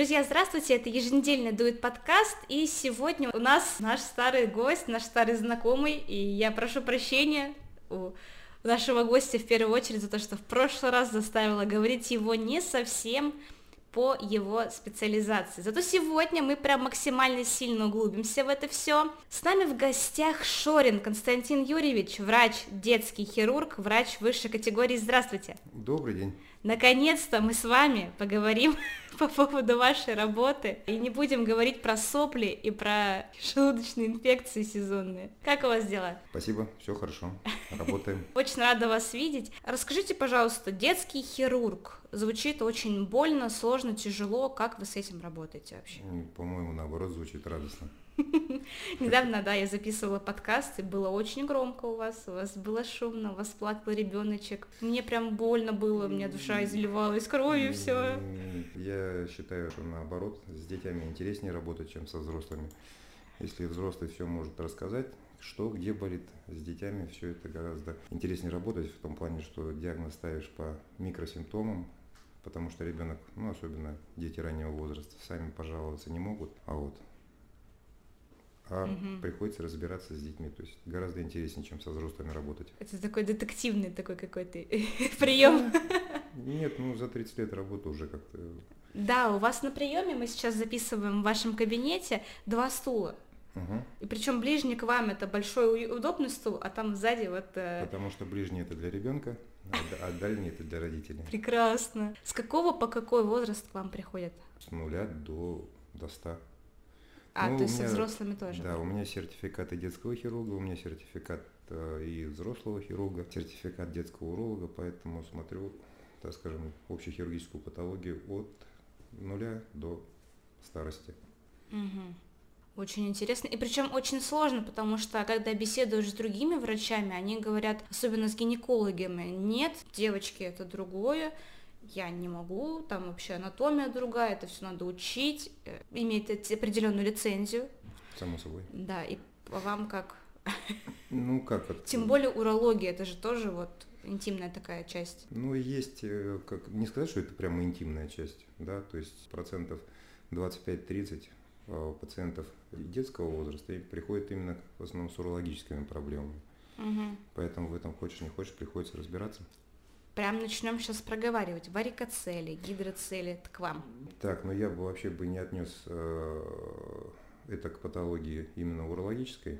Друзья, здравствуйте, это еженедельный дует подкаст, и сегодня у нас наш старый гость, наш старый знакомый, и я прошу прощения у нашего гостя в первую очередь за то, что в прошлый раз заставила говорить его не совсем по его специализации. Зато сегодня мы прям максимально сильно углубимся в это все. С нами в гостях Шорин Константин Юрьевич, врач, детский хирург, врач высшей категории. Здравствуйте. Добрый день. Наконец-то мы с вами поговорим по поводу вашей работы и не будем говорить про сопли и про желудочные инфекции сезонные. Как у вас дела? Спасибо, все хорошо, работаем. Очень рада вас видеть. Расскажите, пожалуйста, детский хирург. Звучит очень больно, сложно, тяжело. Как вы с этим работаете вообще? По-моему, наоборот, звучит радостно. Недавно, да, я записывала подкаст, и было очень громко у вас было шумно, у вас плакал ребеночек. Мне прям больно было, у меня душа изливалась кровью, все. Я считаю, что наоборот, с детьми интереснее работать, чем со взрослыми. Если взрослый все может рассказать, что, где болит, с детьми все это гораздо интереснее работать, в том плане, что диагноз ставишь по микросимптомам, потому что ребенок, особенно дети раннего возраста, сами пожаловаться не могут, приходится разбираться с детьми. То есть гораздо интереснее, чем со взрослыми работать. Это такой детективный такой какой-то прием. Нет, за 30 лет работы уже как-то... Да, у вас на приеме, мы сейчас записываем в вашем кабинете 2 стула. Угу. И причем ближний к вам это большой удобный стул, а там сзади Потому что ближний это для ребенка, а дальний это для родителей. Прекрасно. С какого по какой возраст к вам приходят? С 0 до 100. То есть со взрослыми тоже? Да, у меня сертификат и детского хирурга, у меня сертификат и взрослого хирурга, сертификат детского уролога, поэтому смотрю, так скажем, общехирургическую патологию от 0 до старости. Угу. Очень интересно. И причем очень сложно, потому что когда беседуешь с другими врачами, они говорят, особенно с гинекологами, нет, девочки, это другое, я не могу, там вообще анатомия другая, это все надо учить, иметь определенную лицензию. Само собой. Да, и вам как? Как это? Тем более урология, это же тоже интимная такая часть. Есть, не сказать, что это прямо интимная часть, да, то есть 25-30% пациентов детского возраста приходят именно в основном с урологическими проблемами. Угу. Поэтому в этом хочешь не хочешь, приходится разбираться. Прям начнем сейчас проговаривать. Варикоцели, гидроцели, это к вам. Так, я бы вообще не отнес это к патологии именно урологической.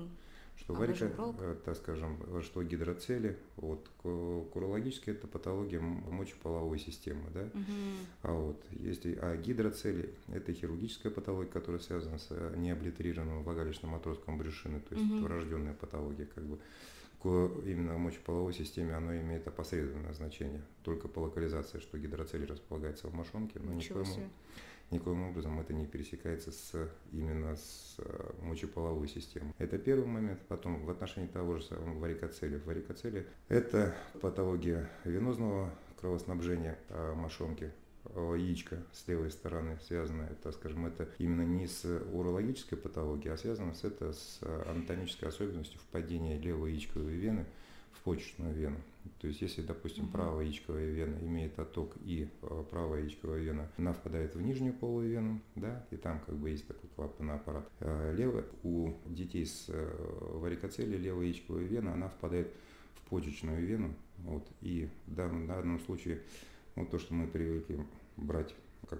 Так скажем, что гидроцели, к урологической это патология мочеполовой системы, да. Угу. А гидроцели это хирургическая патология, которая связана с необлитерированным влагалищным отростком брюшины, то есть врожденная патология, именно в мочеполовой системе оно имеет опосредованное значение, только по локализации, что гидроцель располагается в мошонке, но никоим образом это не пересекается именно с мочеполовой системой. Это первый момент. Потом в отношении того же самого варикоцелия. Варикоцелия – это патология венозного кровоснабжения мошонки. Яичко с левой стороны связано, это именно не с урологической патологией, а связано с анатомической особенностью впадения левой яичковой вены в почечную вену. То есть, если, допустим, правая яичковая вена имеет отток и правая яичковая вена, она впадает в нижнюю полую вену, да, и там есть такой клапанный аппарат. У детей с варикоцелией левая яичковая вена, она впадает в почечную вену, и в данном случае то, что мы привыкли брать как,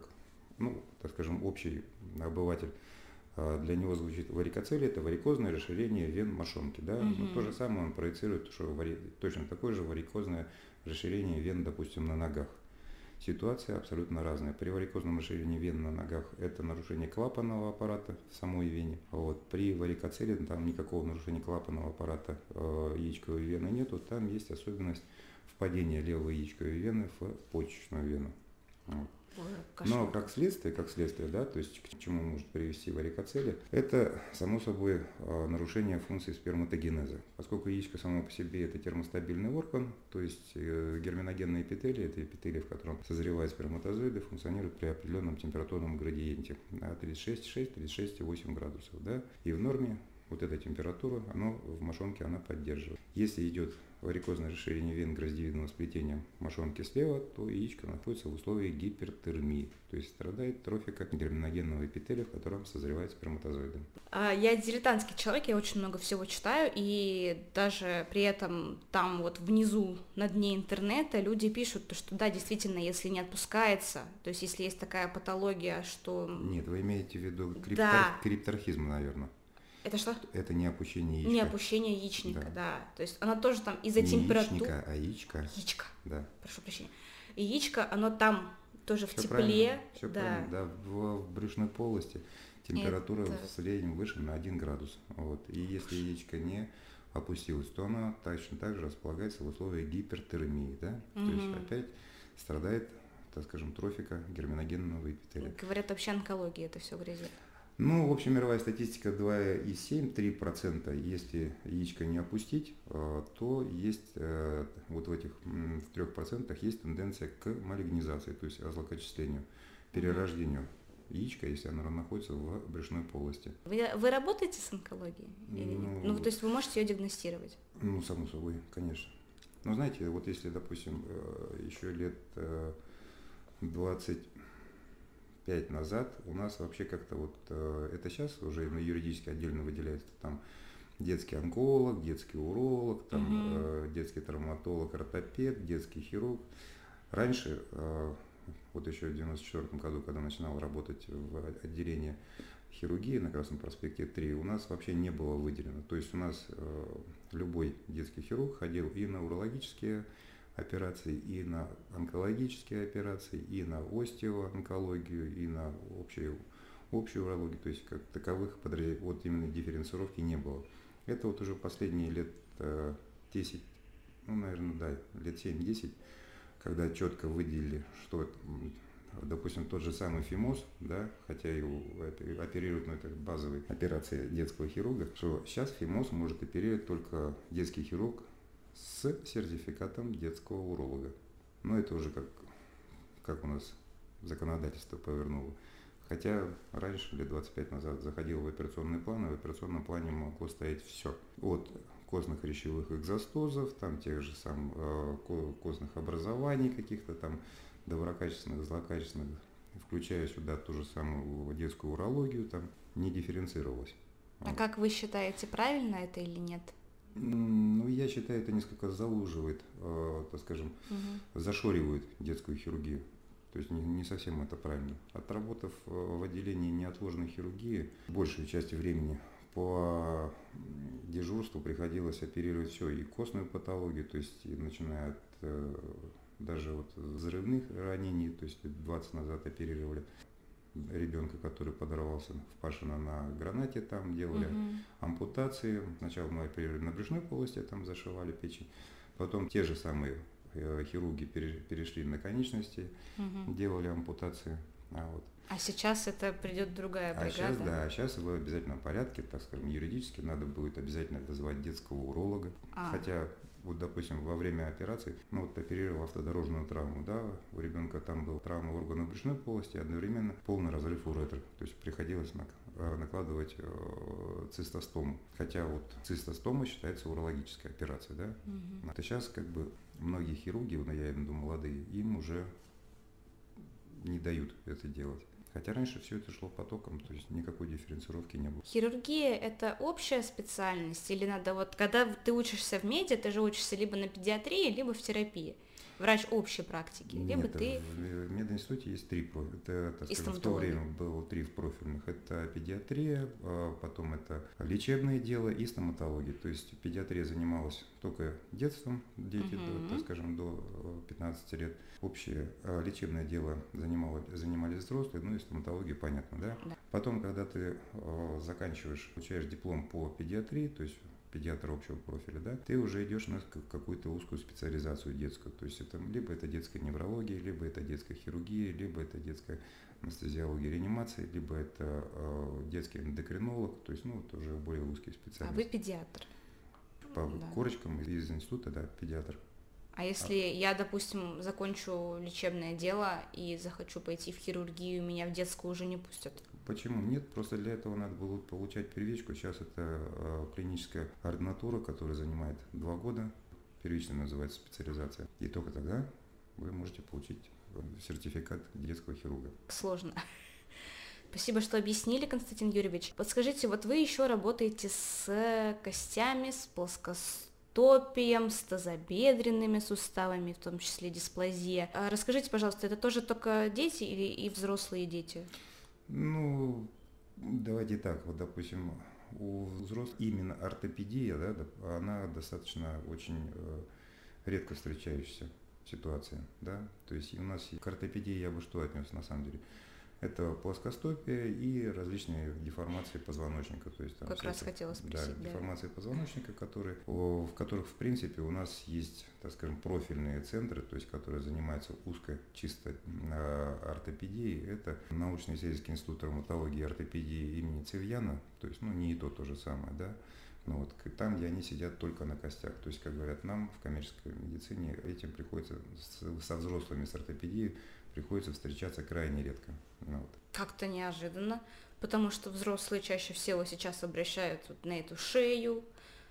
общий обыватель, для него звучит варикоцелия, это варикозное расширение вен мошонки, да. То же самое он проецирует, что точно такое же варикозное расширение вен, допустим, на ногах. Ситуация абсолютно разная. При варикозном расширении вен на ногах это нарушение клапанного аппарата в самой вене. При варикоцеле там никакого нарушения клапанного аппарата яичковой вены нету, там есть особенность впадения левой яичковой вены в почечную вену. Но как следствие, да, то есть к чему может привести варикоцелия, это, само собой, нарушение функции сперматогенеза. Поскольку яичко само по себе это термостабильный орган, то есть герминогенные эпителии, это эпителии, в котором созревают сперматозоиды, функционируют при определенном температурном градиенте 36,6-36,8 градусов, да, и в норме эта температура, в мошонке она поддерживает. Если идет варикозное расширение вен гроздевидного сплетения мошонки слева, то яичко находится в условиях гипертермии, то есть страдает трофика герминогенного эпителия, в котором созревают сперматозоиды. Я дилетантский человек, я очень много всего читаю, и даже при этом там вот внизу, на дне интернета, люди пишут, что да, действительно, если не отпускается, то есть если есть такая патология, что... Нет, вы имеете в виду Да. крипторхизм, наверное. Это что? Это не опущение яичка. Не опущение яичника, да. То есть оно тоже там из-за не температуры... яичника, а яичка. Яичко. Да. Прошу прощения. И яичко, оно там тоже Все в тепле. правильно, все да. правильно. Да, в брюшной полости температура Это... в среднем выше на 1 градус. Вот. И если яичко не опустилось, то она точно так же располагается в условиях гипертермии. Да? То есть опять страдает, так скажем, трофика герминогенного эпителия. Говорят, вообще онкология это все грозит. Ну, в общем, мировая статистика 2,7-3%. Если яичко не опустить, то есть вот в этих 3% есть тенденция к малигнизации, то есть злокачествению, перерождению яичка, если оно находится в брюшной полости. Вы работаете с онкологией? Ну, то есть вы можете ее диагностировать? Ну, само собой, конечно. Но знаете, вот если, допустим, еще лет 25 назад у нас вообще как-то вот, это сейчас уже на юридически отдельно выделяется там детский онколог, детский уролог, там, детский травматолог, ортопед, детский хирург. Раньше, вот еще в 1994 году, когда начинал работать в отделении хирургии на Красном проспекте 3, у нас вообще не было выделено. То есть у нас любой детский хирург ходил и на урологические операции, и на онкологические операции, и на остеоонкологию, и на общую урологию, то есть как таковых вот именно дифференцировки не было. Это вот уже последние лет 10, ну, наверное, да, лет 7-10, когда четко выделили, что, допустим, тот же самый фимоз, да, хотя его оперируют, но это базовые операции детского хирурга, что сейчас фимоз может оперировать только детский хирург с сертификатом детского уролога. Но это уже как у нас законодательство повернуло. Хотя раньше, лет 25 назад, заходил в операционный план, и в операционном плане могло стоять все. От костных речевых экзостозов, там тех же самых костных образований каких-то там, доброкачественных, злокачественных, включая сюда ту же самую детскую урологию, там не дифференцировалось. А как вы считаете, правильно это или нет? Ну, я считаю, это несколько зауживает, так скажем, зашоривает детскую хирургию. То есть не совсем это правильно. Отработав в отделении неотложной хирургии, большую часть времени по дежурству приходилось оперировать все, и костную патологию, то есть и начиная от даже вот взрывных ранений, то есть 20 назад оперировали ребенка, который подорвался в Пашино на гранате, там делали ампутации. Сначала мы оперировали на брюшной полости, там зашивали печень. Потом те же самые хирурги перешли на конечности, делали ампутации. А сейчас это придет другая бригада? Сейчас в обязательном порядке, так скажем, юридически надо будет обязательно дозвать детского уролога. Хотя, вот, допустим, во время операции, ну вот оперировал автодорожную травму, да, у ребенка там была травма органа брюшной полости, одновременно полный разрыв уретры. То есть приходилось накладывать цистостому. Хотя вот цистостома считается урологической операцией, да. Это сейчас как бы многие хирурги, я имею в виду молодые, им уже не дают это делать. Хотя раньше все это шло потоком, то есть никакой дифференцировки не было. Хирургия – это общая специальность? Или надо вот, когда ты учишься в меди, ты же учишься либо на педиатрии, либо в терапии? Врач общей практики? Либо Нет, ты... в мединституте есть 3 профиля. Это, так скажем, в то время было 3 профильных. Это педиатрия, потом это лечебное дело и стоматология. То есть педиатрия занималась только детством, дети, так скажем, до 15 лет. Общее лечебное дело занимались взрослые, ну и стоматология, понятно, да? Потом, когда ты заканчиваешь, получаешь диплом по педиатрии, то есть педиатр общего профиля, да, ты уже идешь на какую-то узкую специализацию детскую. То есть это либо это детская неврология, либо это детская хирургия, либо это детская анестезиология реанимации, либо это детский эндокринолог, то есть, ну, это уже более узкие специальности. А вы педиатр? По корочкам из института, да, педиатр. А если я, допустим, закончу лечебное дело и захочу пойти в хирургию, меня в детскую уже не пустят? Почему? Нет, просто для этого надо было получать привычку. Сейчас это клиническая ординатура, которая занимает 2 года. первичная называется специализация. И только тогда вы можете получить сертификат детского хирурга. Сложно. Спасибо, что объяснили, Константин Юрьевич. Подскажите, вот вы еще работаете с костями, с плоскостопием, с тазобедренными суставами, в том числе дисплазия. Расскажите, пожалуйста, это тоже только дети или и взрослые дети? Ну, давайте так, вот, допустим, у взрослых именно ортопедия, да, она достаточно очень редко встречающаяся ситуация, да, то есть у нас к ортопедии я бы что отнес на самом деле? Это плоскостопие и различные деформации позвоночника. То есть, там как раз хотела спросить. Да, деформации позвоночника, в которых, в принципе, у нас есть, так скажем, профильные центры, то есть, которые занимаются узко, чисто ортопедией. Это научно-исследовательский институт травматологии и ортопедии имени Цивьяна, то есть, ну, не и то же самое, да. Ну, вот, там, где они сидят только на костях. То есть, как говорят нам, в коммерческой медицине этим приходится со взрослыми с ортопедией приходится встречаться крайне редко. Ну, вот. Как-то неожиданно, потому что взрослые чаще всего сейчас обращают вот на эту шею.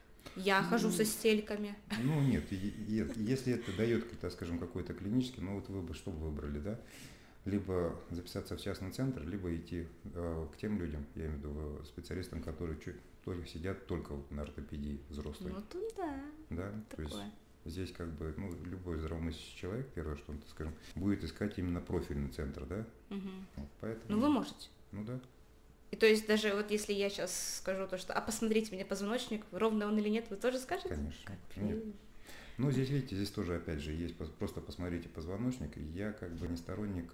Я хожу со стельками. Ну нет, если это дает, так скажем, какой-то клинический, ну вот вы бы что бы выбрали, да? Либо записаться в частный центр, либо идти к тем людям, я имею в виду специалистам, которые только сидят только вот на ортопедии взрослые. Ну тут да. Да, такое. То есть здесь как бы, ну, любой здравомыслящий человек, первое, что он, так скажем, будет искать именно профильный центр, да? Угу. Вот, поэтому, Ну вы можете. Ну да. И то есть даже вот если я сейчас скажу то, что посмотрите мне позвоночник, ровно он или нет, вы тоже скажете? Конечно. Нет. Ну, здесь, видите, здесь тоже, опять же, есть, просто посмотрите позвоночник. Я как бы не сторонник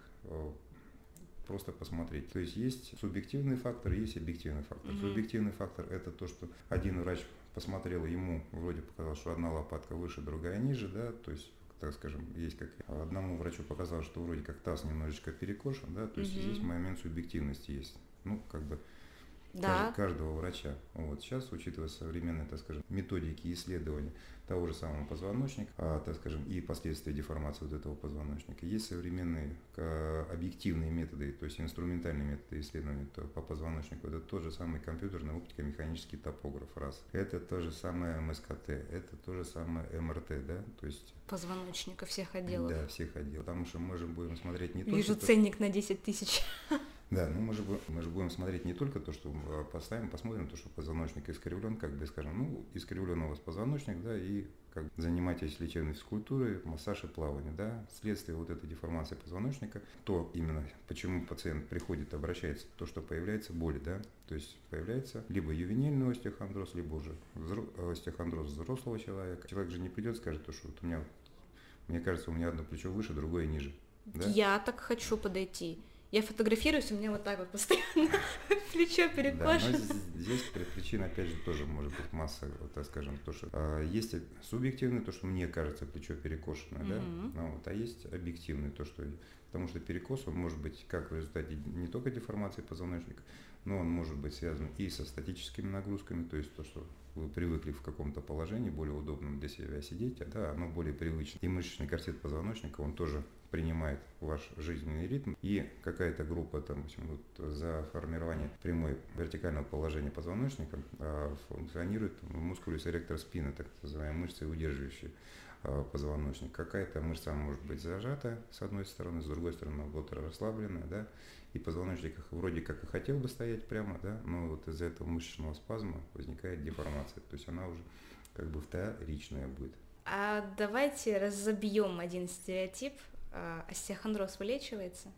просто посмотреть. То есть есть субъективный фактор, есть объективный фактор. Субъективный фактор – это то, что один врач посмотрел, ему вроде показалось, что одна лопатка выше, другая ниже, да, то есть, так скажем, есть как одному врачу показалось, что вроде как таз немножечко перекошен, да, то есть здесь момент субъективности есть. Ну, как бы каждого врача. Вот. Сейчас, учитывая современные, так скажем, методики исследования того же самого позвоночника, так скажем, и последствия деформации вот этого позвоночника, есть современные объективные методы, то есть инструментальные методы исследования по позвоночнику. Это тот же самый компьютерный оптико-механический топограф, раз. Это то же самое МСКТ, это то же самое МРТ, да, то есть позвоночника всех отделов. Да, всех отделов. Потому что мы же будем смотреть не Вижу только... ценник на 10 тысяч. Да, ну мы же будем смотреть не только то, что посмотрим то, что позвоночник искривлен, как бы скажем, ну, искривлен у вас позвоночник, да, и как занимаетесь лечебной физкультурой, массаж и плавание, да, вследствие вот этой деформации позвоночника, то именно почему пациент приходит, обращается, то, что появляется боль, да, то есть появляется либо ювенильный остеохондроз, либо уже остеохондроз взрослого человека. Человек же не придет и скажет, что вот мне кажется, у меня одно плечо выше, другое ниже. Да? Я так хочу подойти. Я фотографируюсь, у меня вот так вот постоянно плечо перекошено. Да, но здесь причина, опять же, тоже может быть масса, вот, так скажем, то, что есть субъективный, то, что мне кажется, плечо перекошено, да, а есть объективный, то, что, потому что перекос, он может быть как в результате не только деформации позвоночника, но он может быть связан и со статическими нагрузками, то есть то, что вы привыкли в каком-то положении, более удобном для себя сидеть, да, оно более привычно. И мышечный корсет позвоночника, он тоже принимает ваш жизненный ритм, и какая-то группа там, вот, за формирование прямой вертикального положения позвоночника функционирует мускулус эректор спины, так называемые мышцы, удерживающие позвоночник. Какая-то мышца может быть зажата с одной стороны, с другой стороны наоборот расслабленная, да, и позвоночник вроде как и хотел бы стоять прямо, да, но вот из-за этого мышечного спазма возникает деформация, то есть она уже как бы вторичная будет. А давайте разобьем один стереотип. Остеохондроз вылечивается?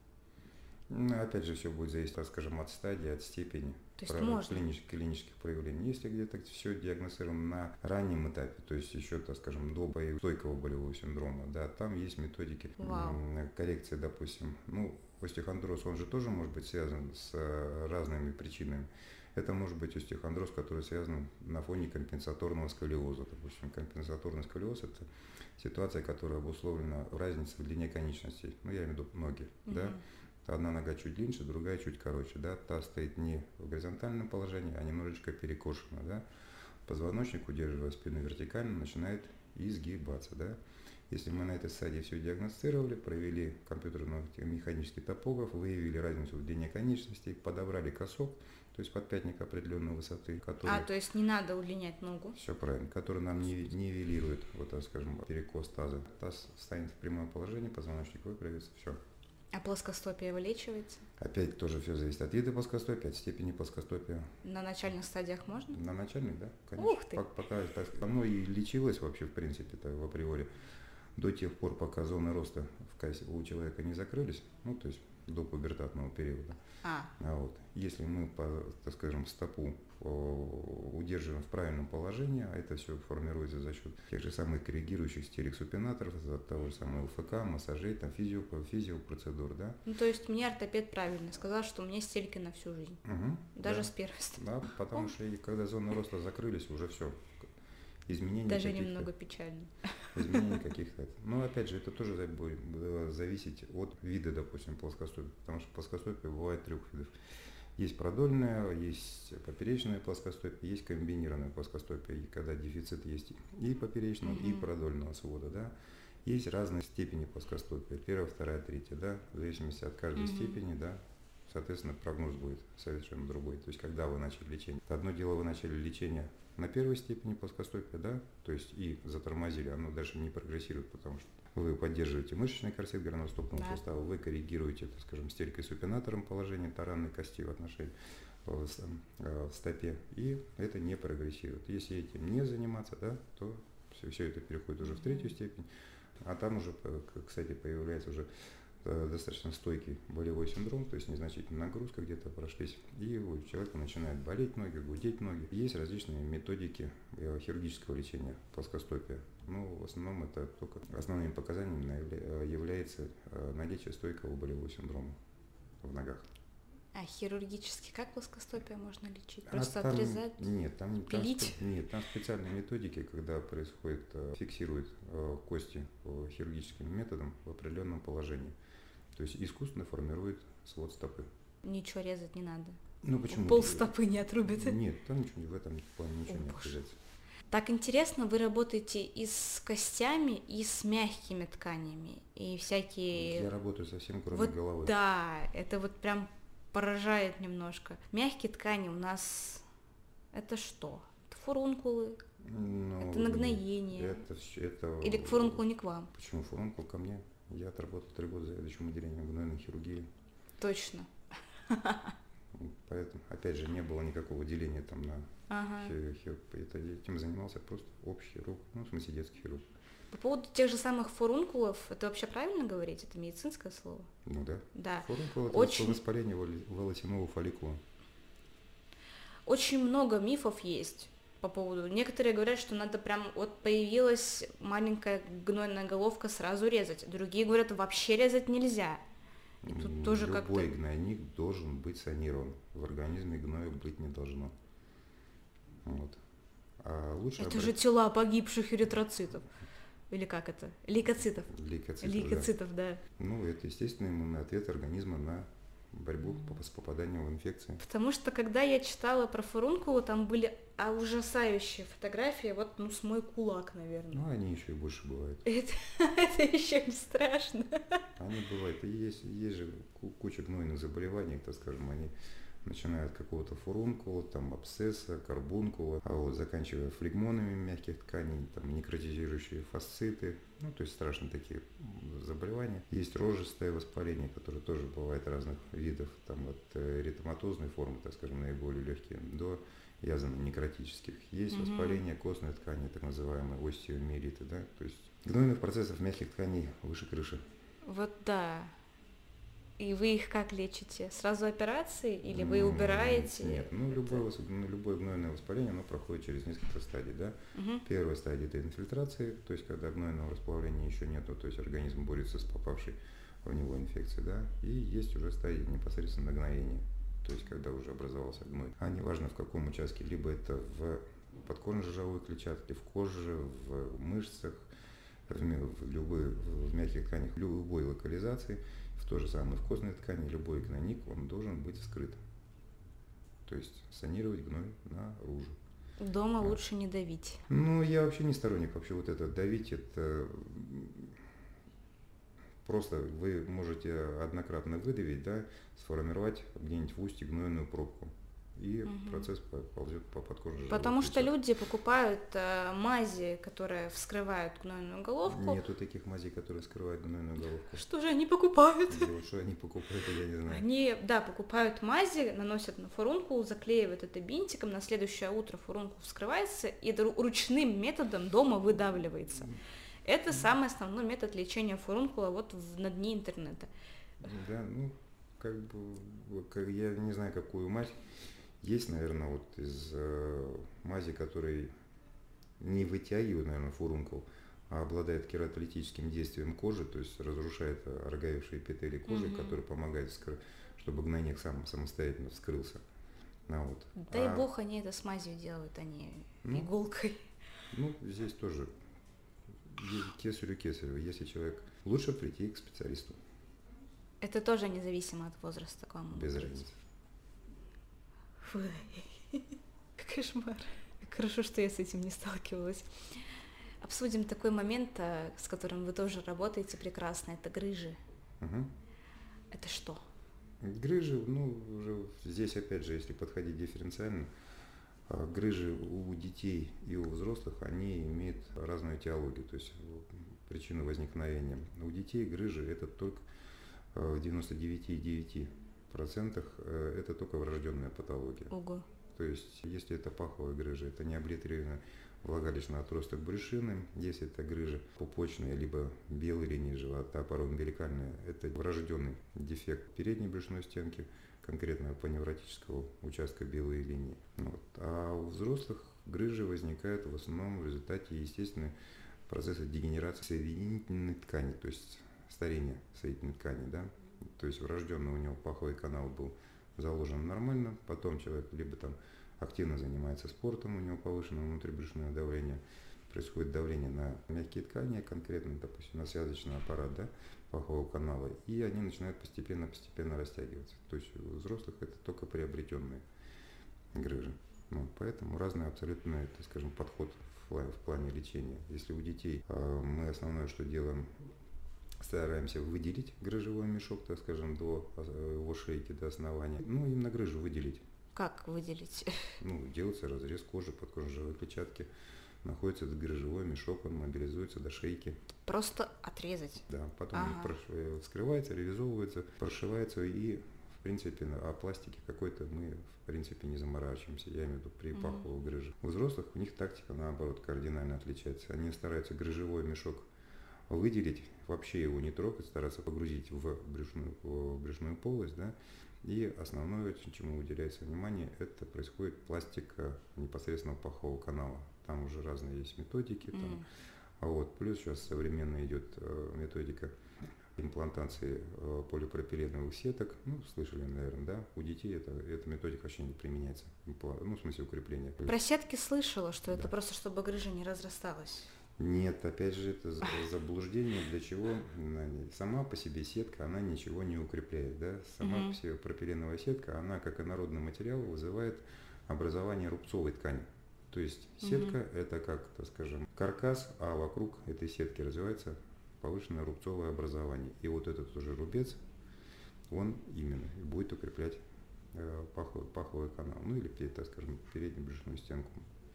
Ну, опять же, все будет зависеть, так скажем, от стадии, от степени клинических проявлений. Если где-то все диагностировано на раннем этапе, то есть еще, так скажем, до стойкого болевого синдрома, да, там есть методики коррекции, допустим. Ну, остеохондроз, он же тоже может быть связан с разными причинами. Это может быть остеохондроз, который связан на фоне компенсаторного сколиоза. Допустим, компенсаторный сколиоз – это ситуация, которая обусловлена разницей в длине конечностей. Ну, я имею в виду ноги, да. Одна нога чуть длиннее, другая чуть короче, да. Та стоит не в горизонтальном положении, а немножечко перекошена, да. Позвоночник, удерживая спину вертикально, начинает изгибаться, да. Если мы на этой стадии все диагностировали, провели компьютерно-механический топограф, выявили разницу в длине конечностей, подобрали косок, то есть подпятник определенной высоты, который... то есть не надо удлинять ногу. Все правильно, который нам нивелирует, вот так скажем, перекос таза. Таз станет в прямое положение, позвоночник выправится, все. А плоскостопие вылечивается? Опять тоже все зависит от вида плоскостопия, от степени плоскостопия. На начальных стадиях можно? На начальных, да, конечно. Ух ты! Пока оно и лечилось вообще, в принципе, в априори, до тех пор, пока зоны роста у человека не закрылись, ну, то есть до пубертатного периода. Вот. Если мы, так скажем, стопу удерживаем в правильном положении, а это все формируется за счет тех же самых коррегирующих стериксупинаторов, от того же самого ЛФК, массажей, там, физиопроцедур, да. Ну, то есть мне ортопед правильно сказал, что у меня стельки на всю жизнь. Даже да. с первой стопы. Да, потому что когда зоны роста закрылись, уже все. Изменений даже немного печально. Изменений каких-то. Но опять же, это тоже будет зависеть от вида, допустим, плоскостопия. Потому что плоскостопие бывает 3 видов. Есть продольная, есть поперечная плоскостопие, есть комбинированная плоскостопия, и когда дефицит есть и поперечного, и продольного свода, да. Есть разные степени плоскостопия, 1, 2, 3, да, в зависимости от каждой степени, да, соответственно, прогноз будет совершенно другой. То есть, когда вы начали лечение. Одно дело, вы начали лечение на 1 степени плоскостопия, да, то есть и затормозили, оно даже не прогрессирует, потому что вы поддерживаете мышечный корсет голеностопного сустава, вы коррегируете, так скажем, стелькой-супинатором положение таранной кости в отношении в стопе, и это не прогрессирует. Если этим не заниматься, да, то все это переходит уже в 3 степень, а там уже, кстати, появляется уже достаточно стойкий болевой синдром, то есть незначительная нагрузка где-то прошлись, и у человека начинает болеть ноги, гудеть ноги. Есть различные методики хирургического лечения плоскостопия. Но в основном это только основными показаниями является наличие стойкого болевого синдрома в ногах. А хирургически как плоскостопие можно лечить? Просто там, отрезать? Нет, пилить? Там специальные методики, когда фиксируют кости хирургическим методом в определенном положении. То есть искусственно формирует свод стопы. Ничего резать не надо? Ну почему? Пол стопы не отрубится? Нет, там ничего в этом плане ничего не отрезается. Так интересно, вы работаете и с костями, и с мягкими тканями, и всякие... Я работаю совсем кроме головы. Да, это вот прям поражает немножко. Мягкие ткани у нас это что? Это фурункулы? Это нагноение? Или к фурункулу не к вам? Почему фурункул ко мне? Я отработал 3 года заведующим отделением гнойной хирургии. Точно. Поэтому, опять же, не было никакого деления там на этим занимался просто общий хирург, ну, в смысле детский хирург. По поводу тех же самых фурункулов, это вообще правильно говорить? Это медицинское слово? Ну да. Да. Фурункул – это воспаление волосяного фолликула. Очень много мифов есть по поводу. Некоторые говорят, что надо прям вот появилась маленькая гнойная головка, сразу резать. Другие говорят, вообще резать нельзя. И тут тоже любой гнойник должен быть санирован. В организме гноя быть не должно. Вот. А лучше это же тела погибших эритроцитов. Или как это? Лейкоцитов. Лейкоцитов, да. Ну, это естественный иммунный ответ организма на борьбу с попаданием в инфекции. Потому что, когда я читала про фурункулу, там были ужасающие фотографии, вот, с мой кулак, наверное. Ну, они еще и больше бывают. Это еще не страшно. Они бывают. И есть же куча гнойных заболеваний, так скажем, они начиная от какого-то фурункула, там абсцесса, карбункула, а вот заканчивая флегмонами мягких тканей, там некротизирующие фасциты, ну то есть страшные такие заболевания. Есть рожистое воспаление, которое тоже бывает разных видов, там от эритематозной формы, так скажем, наиболее легкие, до язвенно-некротических. Есть воспаление костной ткани, так называемые остеомиелиты, да, то есть гнойных процессов мягких тканей выше крыши. Вот да. И вы их как лечите? Сразу операции или вы убираете? Нет, любое гнойное воспаление, оно проходит через несколько стадий, да. Первая стадия – это инфильтрация, то есть когда гнойного расплавления еще нету, то есть организм борется с попавшей в него инфекцией, да. И есть уже стадия непосредственно гноения, то есть когда уже образовался гной. А неважно в каком участке, либо это в подкожно-жировой клетчатке, в коже, в мышцах, в мягких тканях любой локализации. То же самое в костной ткани, любой гнойник, он должен быть вскрыт. То есть санировать гной наружу. Дома лучше не давить. Ну, я вообще не сторонник вообще вот это давить, это просто вы можете однократно выдавить, да, сформировать где-нибудь в устье гнойную пробку. И процесс ползет по подкожной жировой Потому что клетчатке. люди покупают мази, которые вскрывают гнойную головку. Нету таких мазей, которые скрывают гнойную головку. Что же они покупают? И вот что они покупают, я не знаю. Они, да, покупают мази, наносят на фурункул, заклеивают это бинтиком, на следующее утро фурункул вскрывается и ручным методом дома выдавливается. Это самый основной метод лечения фурункула вот на дне интернета. Да, ну, как бы, я не знаю, какую мазь. Есть, наверное, вот из мази, которые не вытягивают, наверное, фурункул, а обладает кератолитическим действием кожи, то есть разрушает ороговевшие эпители кожи, которые помогают, чтобы гнойник самостоятельно вскрылся. Вот. Дай бог, они это с мазью делают, а не иголкой. Ну, здесь тоже кесарю, если человек... Лучше прийти к специалисту. Это тоже независимо от возраста к вам. Без разницы. Фу, кошмар. Хорошо, что я с этим не сталкивалась. Обсудим такой момент, с которым вы тоже работаете прекрасно. Это грыжи. Это что? Грыжи, ну, уже здесь опять же, если подходить дифференциально, грыжи у детей и у взрослых, они имеют разную этиологию, то есть причину возникновения. У детей грыжи это только в 99,9% это только врожденная патология. Ого. То есть, если это паховая грыжа, это не облитерированный влагалищный отросток брюшины. Если это грыжа пупочная, либо белой линии живота, параумбиликальная, это врожденный дефект передней брюшной стенки, конкретно паневротического участка белой линии. Вот. А у взрослых грыжи возникают в основном в результате естественного процесса дегенерации соединительной ткани, то есть старения соединительной ткани, да. То есть врожденно у него паховый канал был заложен нормально, потом человек либо там активно занимается спортом, у него повышенное внутрибрюшное давление, происходит давление на мягкие ткани, конкретно, допустим, на связочный аппарат, да, пахового канала, и они начинают постепенно растягиваться. То есть у взрослых это только приобретенные грыжи. Вот, поэтому разный абсолютно, так скажем, подход в плане лечения. Если у детей мы основное, что делаем, стараемся выделить грыжевой мешок, так скажем, до его шейки, до основания. Ну, именно грыжу выделить. Как выделить? Ну, делается разрез кожи, подкожной жировой клетчатки. Находится этот грыжевой мешок, он мобилизуется до шейки. Просто отрезать? Да, потом вскрывается, ревизовывается, прошивается, и, в принципе, о пластике какой-то мы, в принципе, не заморачиваемся, я имею в виду при паховой грыже. У взрослых у них тактика, наоборот, кардинально отличается. Они стараются грыжевой мешок выделить, вообще его не трогать, стараться погрузить в брюшную полость, да, и основное, чему уделяется внимание, это происходит пластика непосредственно пахового канала. Там уже разные есть методики, там, вот, плюс сейчас современно идет методика имплантации полипропиленовых сеток, ну, слышали, наверное, да, у детей эта методика вообще не применяется, ну, в смысле укрепления. Про сетки слышала, что это просто чтобы грыжа не разрасталась. Нет, опять же, это заблуждение, для чего сама по себе сетка, она ничего не укрепляет, да, сама по себе пропиленовая сетка, она как инородный материал вызывает образование рубцовой ткани, то есть сетка это как, так скажем, каркас, а вокруг этой сетки развивается повышенное рубцовое образование, и вот этот уже рубец, он именно будет укреплять паховый канал, ну или, так скажем, переднюю брюшную стенку.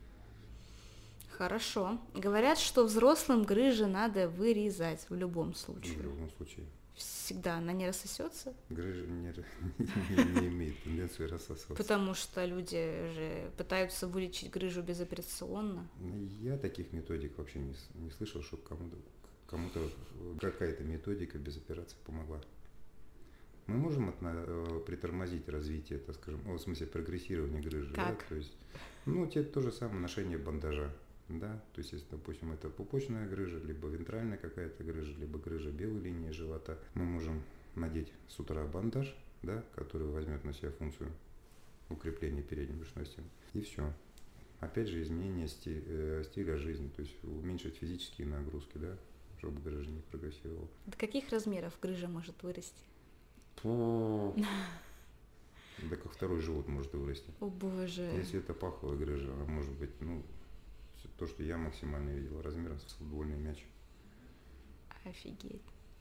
Хорошо. Говорят, что взрослым грыжи надо вырезать в любом случае. В любом случае. Всегда она не рассосется? Грыжа не имеет тенденции рассасываться. Потому что люди же пытаются вылечить грыжу безоперационно. Я таких методик вообще не слышал, чтобы кому-то какая-то методика без операции помогла. Мы можем притормозить развитие, так скажем, в смысле прогрессирования грыжи. Как? Да? То есть, то же самое ношение бандажа. Да? То есть, если, допустим, это пупочная грыжа, либо вентральная какая-то грыжа, либо грыжа белой линии живота, мы можем надеть с утра бандаж, да, который возьмет на себя функцию укрепления передней брюшной стенки. И все. Опять же, изменение стиля жизни, то есть уменьшить физические нагрузки, да, чтобы грыжа не прогрессировала. До каких размеров грыжа может вырасти? Да как в второй живот может вырасти. О боже. Если это паховая грыжа, она может быть, то, что я максимально видел, размером с футбольный мяч. Офигеть.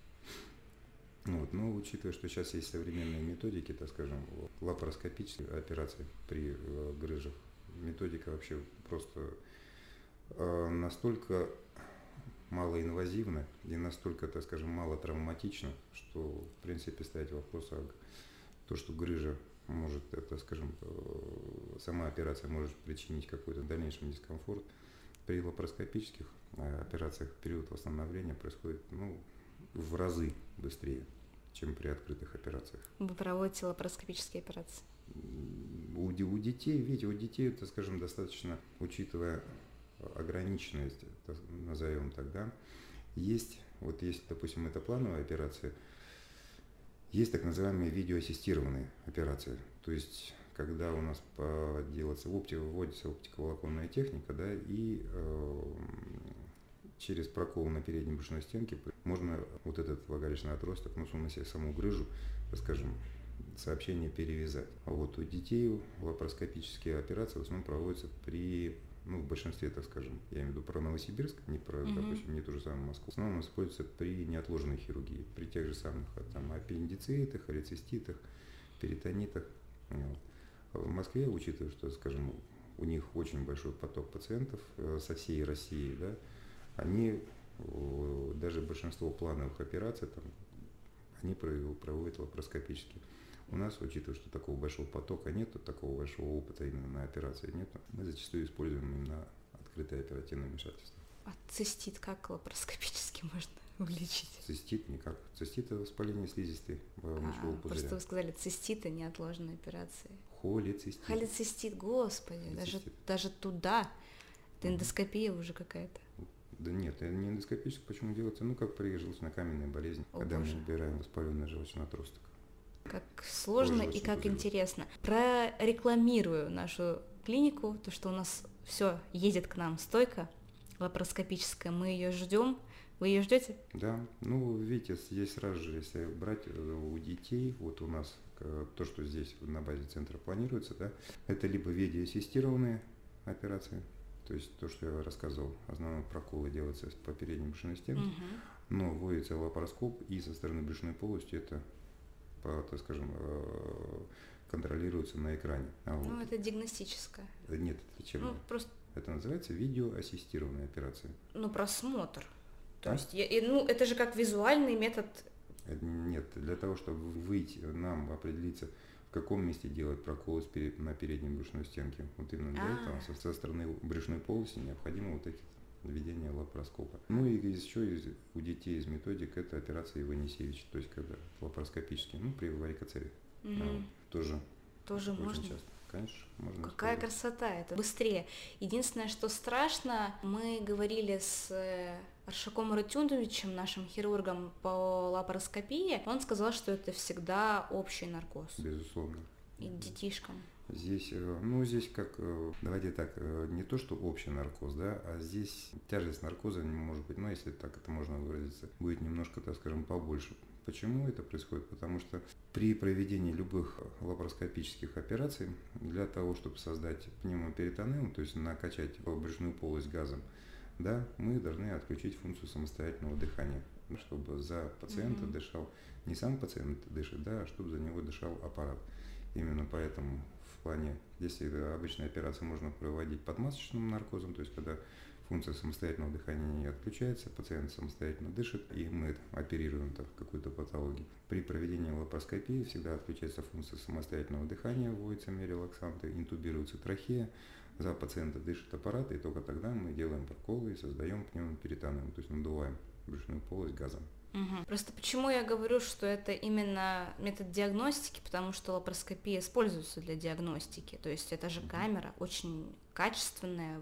Но учитывая, что сейчас есть современные методики, так скажем, лапароскопические операции при грыжах, методика вообще просто настолько малоинвазивна и настолько, так скажем, мало травматична, что, в принципе, ставить вопрос о том, что грыжа может, это, скажем, сама операция может причинить какой-то дальнейший дискомфорт. При лапароскопических операциях период восстановления происходит в разы быстрее, чем при открытых операциях. Вы проводите лапароскопические операции? У детей, видите, у детей это, скажем, достаточно, учитывая ограниченность, назовем так, да, есть, допустим, это плановая операция, есть так называемые видеоассистированные операции, то есть когда у нас вводится оптиковолоконная техника, да, и через прокол на передней брюшной стенке можно вот этот влагалищный отросток, саму грыжу, так скажем, сообщение перевязать. А вот у детей лапароскопические операции в основном проводятся в большинстве, так скажем, я имею в виду про Новосибирск, не про, допустим, не ту же самую Москву, в основном используются при неотложной хирургии, при тех же самых аппендицитах, холециститах, перитонитах. В Москве, учитывая, что, скажем, у них очень большой поток пациентов со всей России, да, они, даже большинство плановых операций, они проводят лапароскопически. У нас, учитывая, что такого большого потока нет, такого большого опыта именно на операции нет, мы зачастую используем именно открытое оперативное вмешательство. А цистит как лапароскопически можно вылечить? Цистит никак. Цистит – это воспаление слизистой мочевого пузыря. Просто вы сказали цистит, а неотложные операции. Холецистит. Холецистит, господи, даже туда. Это эндоскопия уже какая-то. Да нет, это не эндоскопически, почему делается? Как при желчно-каменной болезни, когда мы убираем воспаленный желчный отросток. Как сложно и как интересно. Прорекламирую нашу клинику, то, что у нас все едет к нам стойка лапароскопическая, мы ее ждем. Вы ее ждете? Да, видите, здесь сразу же, если брать у детей, вот у нас то, что здесь на базе центра планируется, да, это либо видеоассистированные операции, то есть то, что я рассказывал, основные проколы делаются по передней брюшной стенке, но вводится лапароскоп, и со стороны брюшной полости это, так скажем, контролируется на экране. Это диагностическая. Нет, это лечебная. Это называется видеоассистированная операция. Просмотр. То есть, это же как визуальный метод. Нет, для того, чтобы нам определиться, в каком месте делать прокол на передней брюшной стенке. Вот именно для этого со стороны брюшной полости необходимо вот эти введение лапароскопа. И еще у детей из методик это операция Иванисевич, то есть когда лапароскопически, при варикоцеле. Тоже очень можно. Часто. Конечно, можно. Какая красота, это быстрее. Единственное, что страшно, мы говорили с Аршаком Рутюндовичем, нашим хирургом по лапароскопии, он сказал, что это всегда общий наркоз. Безусловно. И детишкам. Здесь как, давайте так, не то, что общий наркоз, да, а здесь тяжесть наркоза, может быть, если так это можно выразиться, будет немножко, так скажем, побольше. Почему это происходит? Потому что при проведении любых лапароскопических операций, для того, чтобы создать пневмоперитонеум, то есть накачать брюшную полость газом, да, мы должны отключить функцию самостоятельного дыхания, чтобы за пациента дышал, не сам пациент дышит, да, а чтобы за него дышал аппарат. Именно поэтому в плане, если обычная операция можно проводить под масочным наркозом, то есть когда функция самостоятельного дыхания не отключается, пациент самостоятельно дышит, и мы оперируем какую-то патологию. При проведении лапароскопии всегда отключается функция самостоятельного дыхания, вводятся мерилаксанты, интубируется трахея, за пациента дышит аппарат, и только тогда мы делаем проколы и создаем пневмоперитонеум, то есть надуваем брюшную полость газом. Просто почему я говорю, что это именно метод диагностики, потому что лапароскопия используется для диагностики, то есть это же камера очень качественная,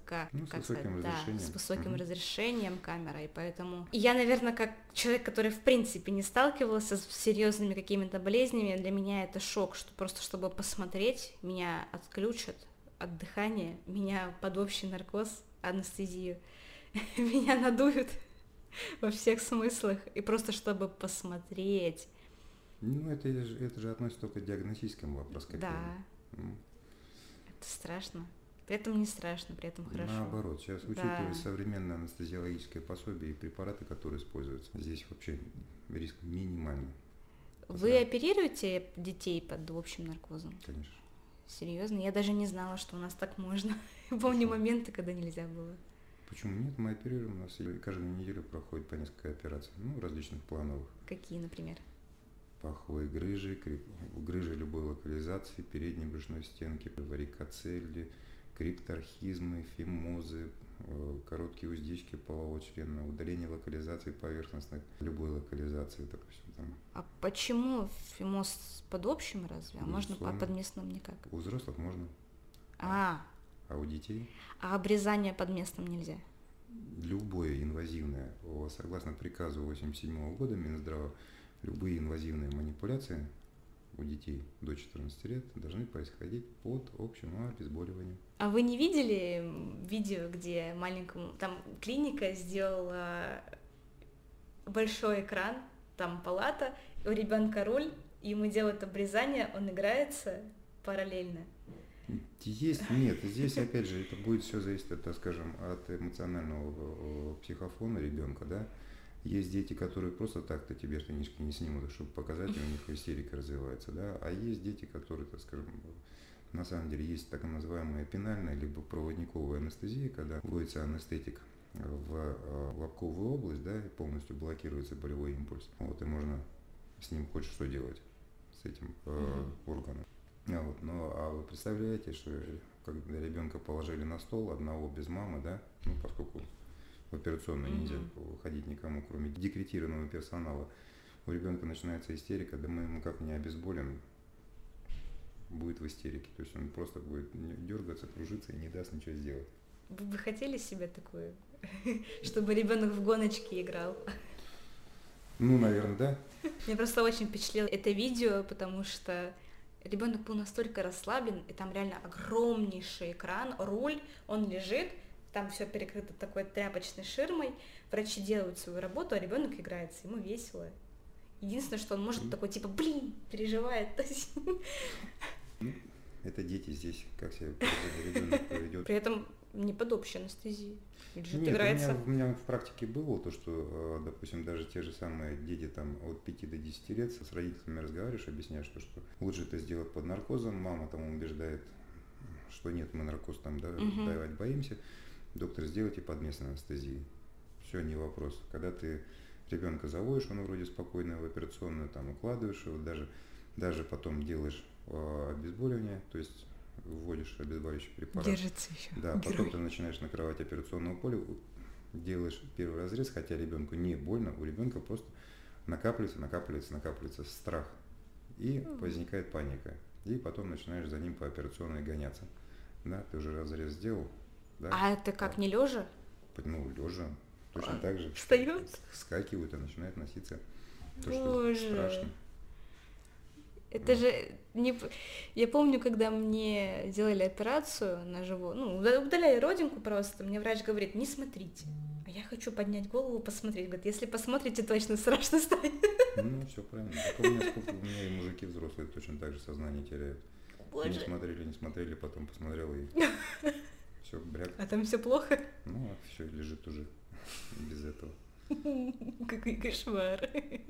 с высоким разрешением камера, и поэтому я, наверное, как человек, который в принципе не сталкивался с серьезными какими-то болезнями, для меня это шок, что просто чтобы посмотреть, меня отключат от дыхания, меня под общий наркоз, анестезию, меня надуют во всех смыслах, и просто чтобы посмотреть. Ну, это же относится только к диагностическому вопросу. Да. Это страшно. При этом не страшно, при этом хорошо. Наоборот, сейчас, учитывая современное анестезиологическое пособие и препараты, которые используются, здесь вообще риск минимальный. Вы оперируете детей под общим наркозом? Конечно. Серьезно? Я даже не знала, что у нас так можно. Помню моменты, когда нельзя было. Почему нет? Мы оперируем, у нас каждую неделю проходит по несколько операций, различных плановых. Какие, например? Паховые грыжи, грыжи любой локализации, передней брюшной стенки, варикоцели, крипторхизмы, фимозы, короткие уздечки полового члена, удаление локализации поверхностных, любой локализации, допустим. Там. А почему фимоз под общим разве? А можно под местным никак? У взрослых можно. А у детей? А обрезание под местным нельзя? Любое инвазивное, согласно приказу 1987 года Минздрава, любые инвазивные манипуляции у детей до 14 лет должны происходить под общим обезболиванием. А вы не видели видео, где маленькому... Там клиника сделала большой экран, там палата, у ребенка руль, ему делают обрезание, он играется параллельно. Нет, здесь опять же это будет все зависеть, так скажем, от эмоционального психофона ребенка, да. Есть дети, которые просто так-то тебе штанишки не снимут, чтобы показать, у них истерика развивается, да. А есть дети, которые, так скажем, на самом деле есть так называемая пенальная либо проводниковая анестезия, когда вводится анестетик в лобковую область, да, и полностью блокируется болевой импульс. Вот, и можно с ним хоть что делать, с этим органом. А вы представляете, что когда ребенка положили на стол, одного без мамы, да, поскольку в операционную нельзя ходить никому, кроме декретированного персонала, у ребенка начинается истерика, да мы ему как не обезболим, будет в истерике, то есть он просто будет дергаться, кружиться и не даст ничего сделать. Вы бы хотели себе такое, чтобы ребенок в гоночки играл? Наверное, да. Мне просто очень впечатлило это видео, потому что ребенок был настолько расслаблен, и там реально огромнейший экран, руль, он лежит, там все перекрыто такой тряпочной ширмой, врачи делают свою работу, а ребенок играется, ему весело. Единственное, что он может такой, типа, переживает. Это дети здесь, как себя ребенок поведет. При этом не под общей анестезией. Нет, играется. У меня в практике было то, что, допустим, даже те же самые дети там от 5 до 10 лет с родителями разговариваешь, объясняешь, что лучше это сделать под наркозом, мама там убеждает, что нет, мы наркоз там давать боимся, доктор, сделайте под местной анестезией. Все, не вопрос. Когда ты ребенка заводишь, он вроде спокойно в операционную там укладываешь, его даже потом делаешь обезболивание, то есть вводишь обезболивающий препарат. Держится еще. Да, потом ты начинаешь накрывать операционное поле, делаешь первый разрез, хотя ребенку не больно, у ребенка просто накапливается страх, и возникает паника. И потом начинаешь за ним по операционной гоняться. Да, ты уже разрез сделал. Да, а это как, не лежа? Лежа. Точно так же. Встает? Вскакивают и начинают носиться. Боже. Что страшно. Это же не... Я помню, когда мне делали операцию на живот, удаляли родинку просто, мне врач говорит, не смотрите. А я хочу поднять голову, посмотреть. Говорит, если посмотрите, точно страшно станет. Все правильно. У меня и мужики взрослые точно так же сознание теряют. Боже. Не смотрели, потом посмотрел и все, бряк. А там все плохо? Все, лежит уже без этого. Какой кошмар.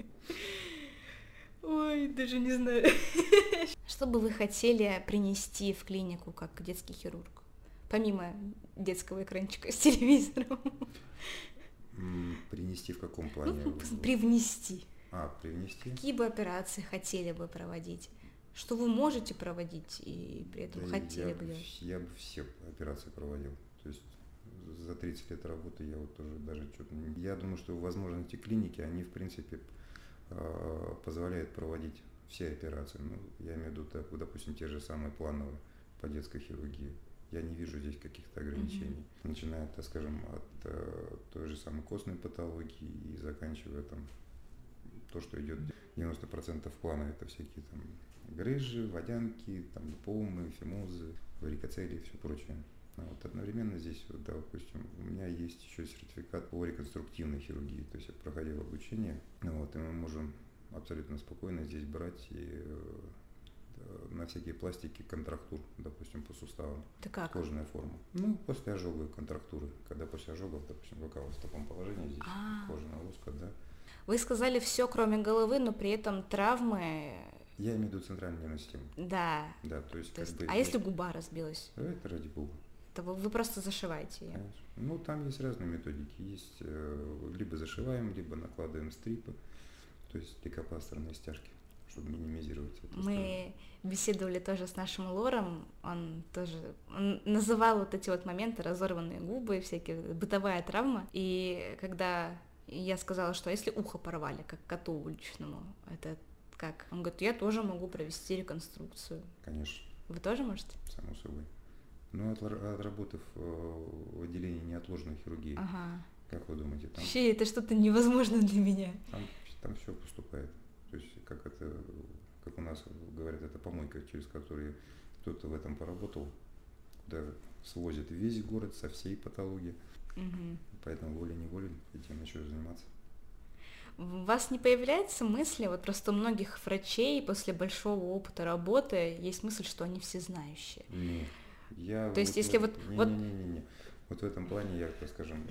Ой, даже не знаю. Что бы вы хотели принести в клинику как детский хирург? Помимо детского экранчика с телевизором. Принести в каком плане? Привнести. Привнести? Какие бы операции хотели бы проводить? Что вы можете проводить и при этом хотели бы делать? Я бы все операции проводил. То есть за 30 лет работы я вот тоже даже что-то... Я думаю, что возможности клиники, они в принципе позволяют проводить все операции. Я имею в виду, допустим, те же самые плановые по детской хирургии. Я не вижу здесь каких-то ограничений. Начиная, так скажем, от той же самой костной патологии и заканчивая там то, что идет 90% плана, это всякие там грыжи, водянки, там липомы, фимозы, варикоцели и все прочее. Одновременно здесь, допустим, у меня есть еще сертификат по реконструктивной хирургии, то есть я проходил обучение, и мы можем абсолютно спокойно здесь брать и на всякие пластики контрактур, допустим, по суставам. Это как? Кожаная форма. Ну, после ожога контрактуры. Когда после ожогов, допустим, рука вот в таком положении, здесь кожаная лоска, да. Вы сказали все, кроме головы, но при этом травмы... Я имею в виду центральную нервную систему. Да. Да, то есть, А здесь... если губа разбилась? Это ради бога. То вы просто зашиваете ее? Конечно. Ну, там есть разные методики. Есть либо зашиваем, либо накладываем стрипы, то есть лейкопластерные стяжки, чтобы минимизировать это. Мы беседовали тоже с нашим лором, он называл вот эти вот моменты, разорванные губы, всякие, бытовая травма, и когда я сказала, что если ухо порвали, как коту уличному, это как? Он говорит, я тоже могу провести реконструкцию. Конечно. Вы тоже можете? Само собой. Но отработав в отделении неотложной хирургии, как вы думаете, там... Вообще, это что-то невозможное для меня. Там все поступает. То есть, как у нас говорят, это помойка, через которую кто-то в этом поработал, куда свозят весь город со всей патологией. Поэтому волей-неволей этим начали заниматься. У вас не появляется мысли, вот просто у многих врачей после большого опыта работы есть мысль, что они всезнающие? Нет. То есть, если вот... Не. Вот в этом плане я, так скажем,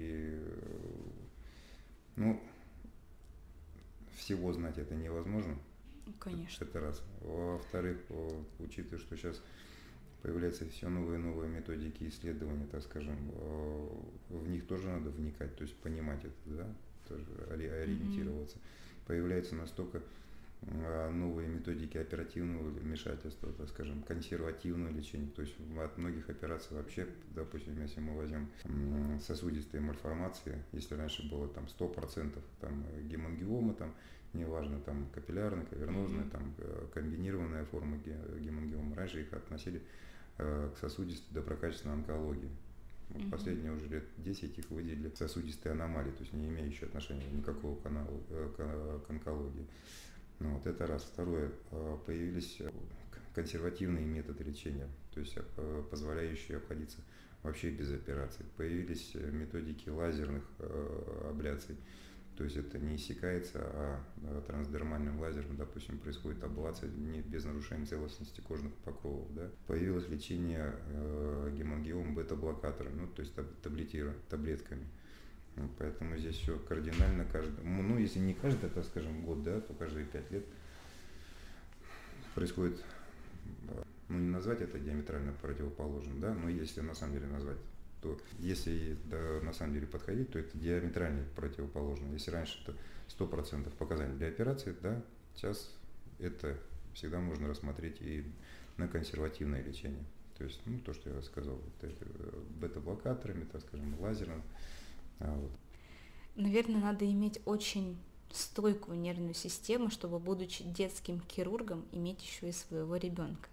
всего знать это невозможно. Конечно. Это раз. Во-вторых, учитывая, что сейчас появляются все новые и новые методики исследования, так скажем, в них тоже надо вникать, то есть понимать это, да, тоже ориентироваться. Появляются настолько новые методики оперативного вмешательства, так скажем, консервативного лечения. То есть от многих операций вообще, допустим, если мы возьмем сосудистые мальформации, если раньше было там 100% там, гемангиома, там, неважно, там капиллярная, кавернозная, там комбинированная форма гемангиома, раньше их относили к сосудистой доброкачественной онкологии. Последние уже лет 10 их выделили сосудистые аномалии, то есть не имеющие отношения никакого к онкологии. Ну, вот это раз. Второе, появились консервативные методы лечения, то есть позволяющие обходиться вообще без операций. Появились методики лазерных абляций, то есть это не иссякается, а трансдермальным лазером, допустим, происходит аблация без нарушения целостности кожных покровов. Да. Появилось лечение гемангиом бета-блокаторами, ну, то есть таблетками. Поэтому здесь все кардинально, ну, если не каждый, так скажем, год, да, то каждые 5 лет происходит, ну, не назвать это диаметрально противоположным, да, но если на самом деле назвать, то если на самом деле подходить, то это диаметрально противоположно. Если раньше это 100% показаний для операции, да, сейчас это всегда можно рассмотреть и на консервативное лечение. То есть, ну, то, что я сказал, вот бета-блокаторами, так скажем, лазером. Вот. Наверное, надо иметь очень стойкую нервную систему, чтобы, будучи детским хирургом, иметь еще и своего ребенка.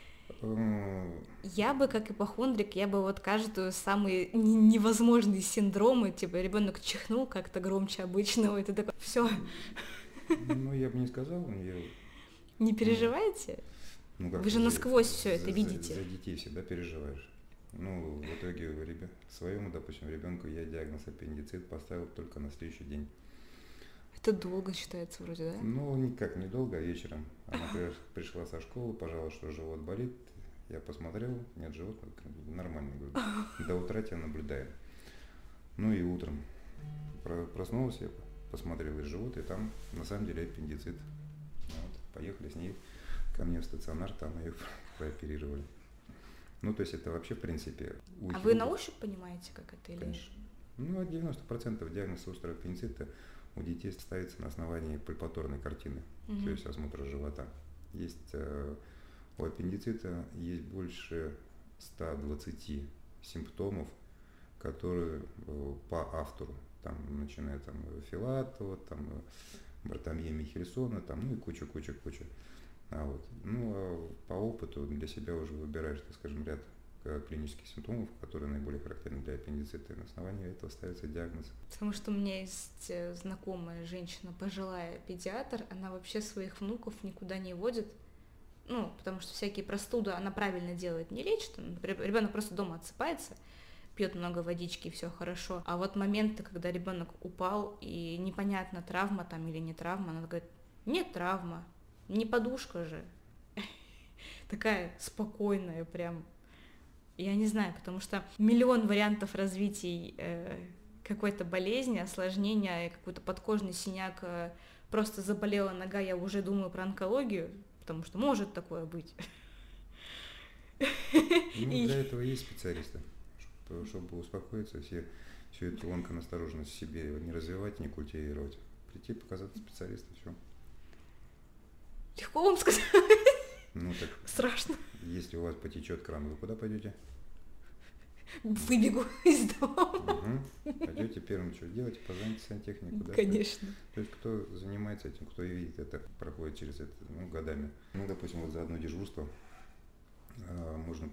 Я бы, как ипохондрик, я бы вот каждую самые невозможные синдромы, типа ребенок чихнул как-то громче обычного, и ты такой, все. Ну, я бы не сказал. Не переживаете? Ну, вы же насквозь все это видите. За детей всегда переживаешь. Ну, в итоге своему, допустим, ребенку я диагноз аппендицит поставил только на следующий день. Это долго считается вроде, да? Ну, никак не долго, а вечером. Она пришла со школы, пожаловалась, что живот болит. Я посмотрел, нет живота, нормально, говорю. До утра тебя наблюдаем. Ну и утром проснулся, я посмотрел из живота, и там на самом деле аппендицит. Вот, поехали с ней ко мне в стационар, там ее прооперировали. Ну, то есть это вообще, в принципе... А вы на ощупь понимаете, как это? Или... Конечно. Ну, 90% диагноза острого аппендицита у детей ставится на основании пальпаторной картины, то есть осмотра живота. Есть у аппендицита есть больше 120 симптомов, которые по автору, там, начиная там Филатова, там, Бартолье Михельсона, там, ну и куча. Вот. Ну, а по опыту для себя уже выбираешь, так скажем, ряд клинических симптомов, которые наиболее характерны для аппендицита, и на основании этого ставится диагноз. Потому что у меня есть знакомая женщина, пожилая педиатр, она вообще своих внуков никуда не водит, ну, потому что всякие простуды она правильно делает, не лечит, ребенок просто дома отсыпается, пьет много водички, и все хорошо. А вот моменты, когда ребенок упал, и непонятно, травма там или не травма, она говорит, Нет травма, не подушка же. Такая спокойная прям. Я не знаю, потому что миллион вариантов развитий какой-то болезни, осложнения, какой-то подкожный синяк, просто заболела нога, я уже думаю про онкологию, потому что может такое быть. Ну, для этого есть специалисты, чтобы успокоиться, всю эту онконастороженность в себе не развивать, не культивировать. Прийти, показаться специалисту, все. Легко вам сказать. Ну так. Страшно. Если у вас потечет кран, вы куда пойдете? Выбегу из дома. Угу. Пойдете первым, что делать, позвоните сантехнику, да? Конечно. То есть кто занимается этим, кто видит это, проходит через это годами. Ну, допустим, вот за одно дежурство можно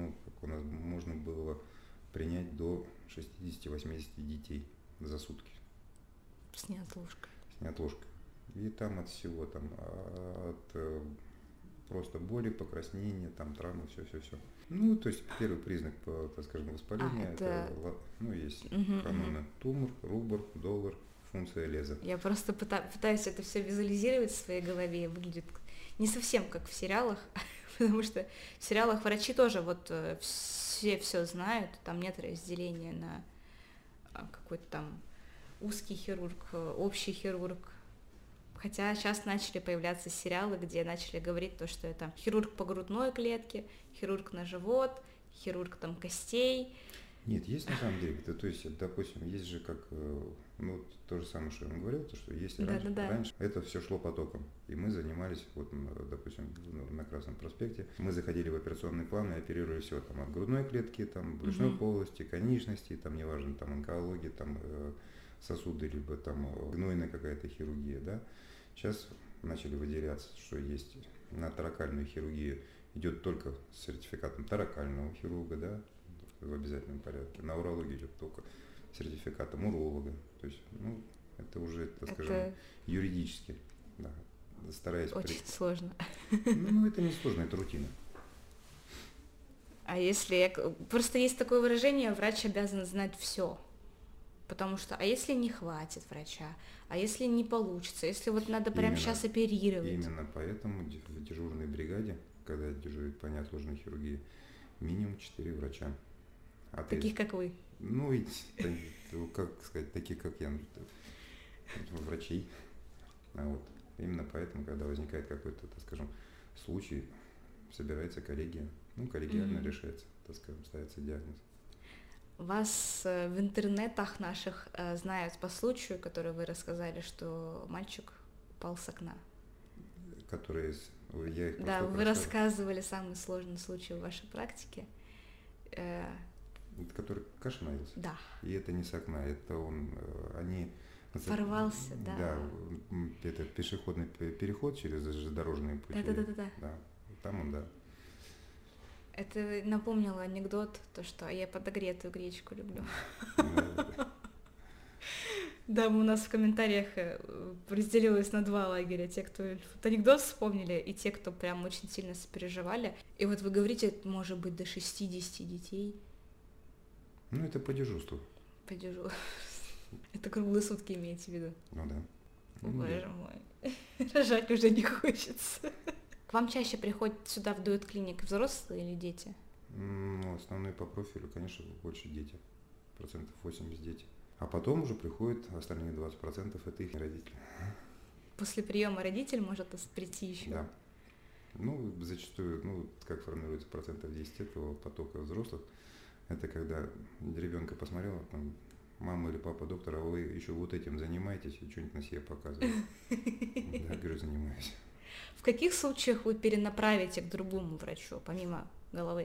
было принять до 60-80 детей за сутки. С неотложкой. С неотложкой. И там от всего, там, от просто боли, покраснения, там, травмы, все. Ну, то есть первый признак, так скажем, воспаления, есть каноны тумор, рубор, доллар, функция леза. Я просто пытаюсь это все визуализировать в своей голове, выглядит не совсем как в сериалах, потому что в сериалах врачи тоже вот все знают, там нет разделения на какой-то там узкий хирург, общий хирург. Хотя сейчас начали появляться сериалы, где начали говорить то, что это хирург по грудной клетке, хирург на живот, хирург там костей. Нет, есть на самом деле, то есть, допустим, есть же как, ну, то же самое, что я вам говорил, то, что если раньше это все шло потоком, и мы занимались, вот, допустим, на Красном проспекте, мы заходили в операционный план и оперировали все, там, от грудной клетки, там, брюшной полости, конечностей, там, неважно, там, онкология, там, сосуды, либо там гнойная какая-то хирургия, да. Сейчас начали выделяться, что есть на торакальную хирургию идет только с сертификатом торакального хирурга, да, в обязательном порядке. На урологию идет только с сертификатом уролога. То есть, ну, это уже, так скажем, юридически, да, стараясь... Очень сложно. Ну, это не сложно, это рутина. А если... Просто есть такое выражение, врач обязан знать все. Потому что, а если не хватит врача, а если не получится, если вот надо прямо сейчас оперировать? Именно поэтому в дежурной бригаде, когда дежурит по неотложной хирургии, минимум 4 врача. Таких, как вы? Ну, как сказать, таких, как я, врачей. Вот. Именно поэтому, когда возникает какой-то, так скажем, случай, собирается коллегия, ну, коллегиально решается, так скажем, ставится диагноз. Вас в интернетах наших знают по случаю, который вы рассказали, что мальчик упал с окна. Да, вы рассказывали самый сложный случай в вашей практике. Который кошмарился. Да. И это не с окна, это они... Порвался, да. Да, это пешеходный переход через железнодорожные пути. Да, там он, да. Это напомнило анекдот, то, что я подогретую гречку люблю. Да, у нас в комментариях разделилось на 2 лагеря. Те, кто этот анекдот вспомнили, и те, кто прям очень сильно сопереживали. И вот вы говорите, может быть, до 60 детей. Ну, это по дежурству. По дежурству. Это круглые сутки имеете в виду? Ну да. Боже мой. Рожать уже не хочется. К вам чаще приходят сюда в дуэт клиник взрослые или дети? Ну, основные по профилю, конечно, больше дети. 80% дети. А потом уже приходят остальные 20%, это их родители. После приема родитель может прийти еще? Да. Ну, зачастую, ну, как формируется 10% этого потока взрослых, это когда ребенка посмотрел, там, мама или папа доктор, а вы еще вот этим занимаетесь и что-нибудь на себе показываете. Да, говорю, занимаюсь. В каких случаях вы перенаправите к другому врачу, помимо головы?